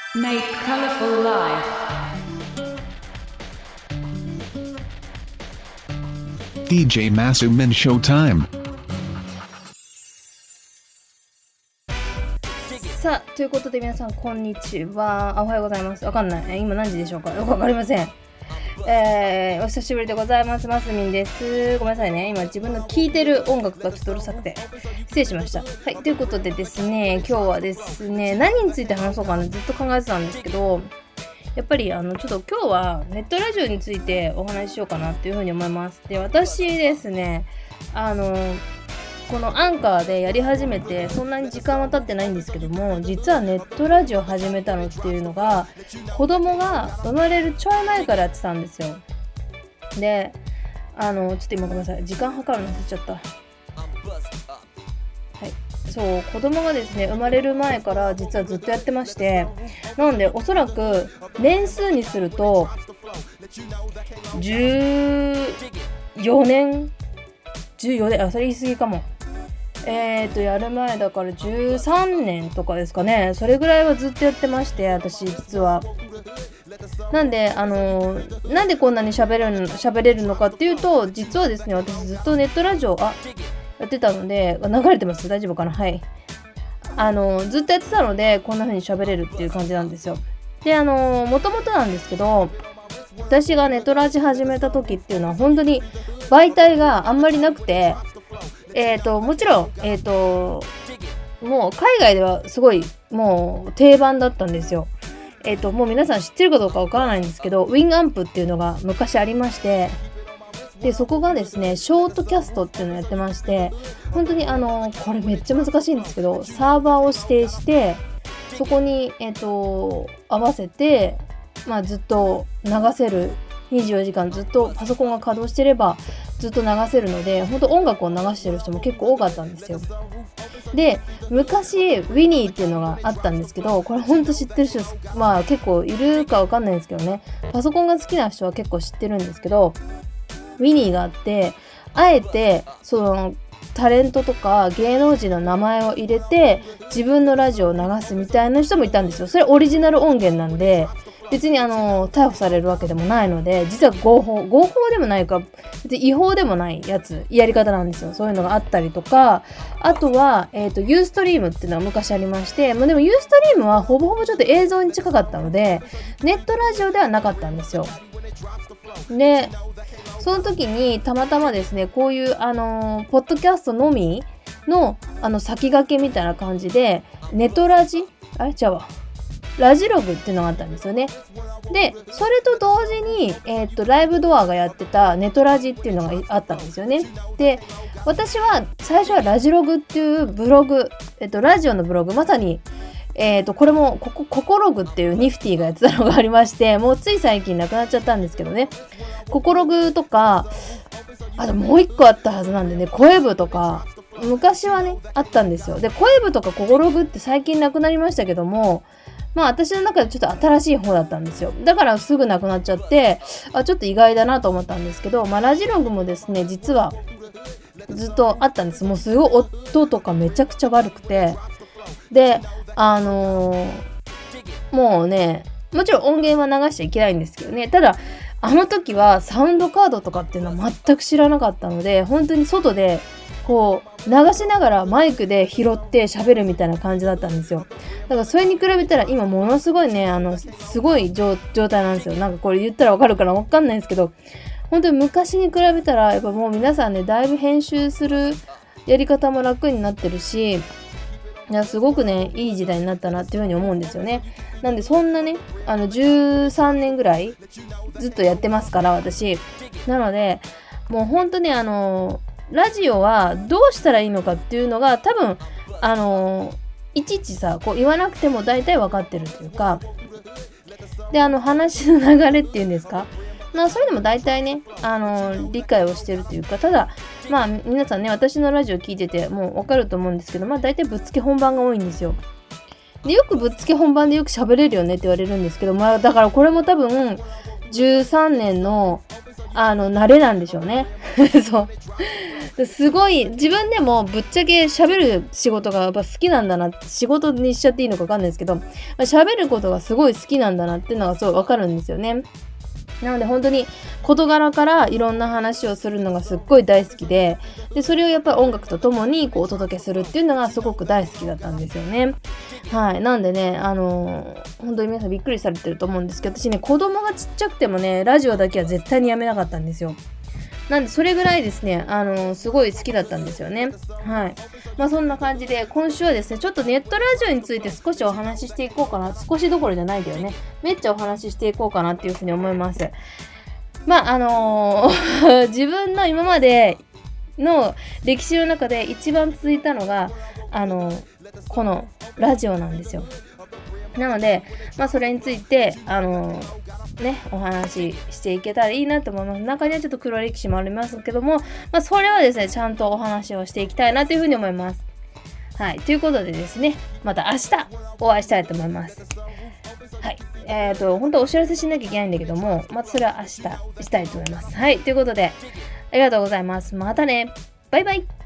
Make colorful life. DJ Masumin Showtime。 さあということで皆さんこんにちは。おはようございます。わかんない。今何時でしょうか。よくわかりません。お久しぶりでございます。マスミンです。ごめんなさいね。今自分の聴いてる音楽がちょっとうるさくて失礼しました。はい、ということでですね、今日はですね、何について話そうかなずっと考えてたんですけど、やっぱりちょっと今日はネットラジオについてお話ししようかなっていうふうに思います。で、私ですね、このアンカーでやり始めてそんなに時間は経ってないんですけども、実はネットラジオ始めたのっていうのが子供が生まれるちょい前からやってたんですよ。で、ちょっと今ごめんなさい、時間計るの忘れちゃった。はい、そう、子供がですね生まれる前から実はずっとやってまして、なのでおそらく年数にすると14年、それ言い過ぎかも。やる前だから13年とかですかね。それぐらいはずっとやってまして、私実は。なんで、なんでこんなに喋れるのかっていうと、実はですね、私ずっとネットラジオ、やってたので、流れてます？大丈夫かな？はい。ずっとやってたので、こんな風に喋れるっていう感じなんですよ。で、もともとなんですけど、私がネットラジ始めた時っていうのは本当に媒体があんまりなくて、もちろん、もう海外ではすごいもう定番だったんですよ。もう皆さん知ってるかどうかわからないんですけど、ウィングアンプっていうのが昔ありまして、でそこがですねショートキャストっていうのをやってまして、本当にこれめっちゃ難しいんですけど、サーバーを指定してそこに合わせて、ずっと流せる、24時間ずっとパソコンが稼働してればずっと流せるので、本当音楽を流してる人も結構多かったんですよ。で、昔ウィニーっていうのがあったんですけど、これ本当知ってる人結構いるかわかんないんですけどね、パソコンが好きな人は結構知ってるんですけど、ウィニーがあって、あえてそのタレントとか芸能人の名前を入れて自分のラジオを流すみたいな人もいたんですよ。それオリジナル音源なんで、別に逮捕されるわけでもないので、実は合法でもないか、別に違法でもないやり方なんですよ。そういうのがあったりとか、あとはユーストリームっていうのが昔ありまして、でもユーストリームはほぼほぼちょっと映像に近かったので、ネットラジオではなかったんですよ。で、その時にたまたまですね、こういうポッドキャストのみの先駆けみたいな感じで、ネトラジラジログっていうのがあったんですよね。で、それと同時に、ライブドアがやってたネトラジっていうのがあったんですよね。で、私は最初はラジログっていうブログ、ラジオのブログ、まさにこれもココログっていうニフティがやってたのがありまして、もうつい最近なくなっちゃったんですけどね、ココログとか、あともう一個あったはずなんでね、コエブとか昔はねあったんですよ。で、コエブとかココログって最近なくなりましたけども、私の中でちょっと新しい方だったんですよ。だからすぐなくなっちゃって、ちょっと意外だなと思ったんですけど、ラジログもですね、実はずっとあったんです。もうすごい音とかめちゃくちゃ悪くて、で、もうね、もちろん音源は流しちゃいけないんですけどね、ただ時はサウンドカードとかっていうのは全く知らなかったので、本当に外でこう流しながらマイクで拾って喋るみたいな感じだったんですよ。だからそれに比べたら今ものすごいね、すごい状態なんですよ。なんかこれ言ったらわかるかな、わかんないんですけど、本当に昔に比べたらやっぱもう皆さんね、だいぶ編集するやり方も楽になってるし、すごくねいい時代になったなっていうふうに思うんですよね。なんでそんなね13年ぐらいずっとやってますから、私。なのでもう本当にラジオはどうしたらいいのかっていうのが多分いちいちさこう言わなくても大体分かってるっていうか、で話の流れっていうんですか、そういうのも大体ね理解をしてるというか、ただ皆さんね、私のラジオ聞いててもう分かると思うんですけど、大体ぶっつけ本番が多いんですよ。で、よくぶっつけ本番でよく喋れるよねって言われるんですけど、だからこれも多分 13年の慣れなんでしょうね。そうすごい自分でもぶっちゃけ喋る仕事がやっぱ好きなんだな、仕事にしちゃっていいのか分かんないですけど、喋ることがすごい好きなんだなっていうのがすごい分かるんですよね。なので本当に事柄からいろんな話をするのがすっごい大好きで、それをやっぱり音楽とともにお届けするっていうのがすごく大好きだったんですよね。はい。なんでね、本当に皆さんびっくりされてると思うんですけど、私ね、子供がちっちゃくてもね、ラジオだけは絶対にやめなかったんですよ。なんでそれぐらいですね、すごい好きだったんですよね。はい。そんな感じで、今週はですね、ちょっとネットラジオについて少しお話ししていこうかな。少しどころじゃないけどね、めっちゃお話ししていこうかなっていうふうに思います。自分の今までの歴史の中で一番続いたのが、このラジオなんですよ。なので、それについて、お話ししていけたらいいなと思います。中にはちょっと黒歴史もありますけども、それはですね、ちゃんとお話をしていきたいなというふうに思います。はい。ということでですね、また明日お会いしたいと思います。はい。本当はお知らせしなきゃいけないんだけども、またそれは明日したいと思います。はい。ということで、ありがとうございます。またね。バイバイ。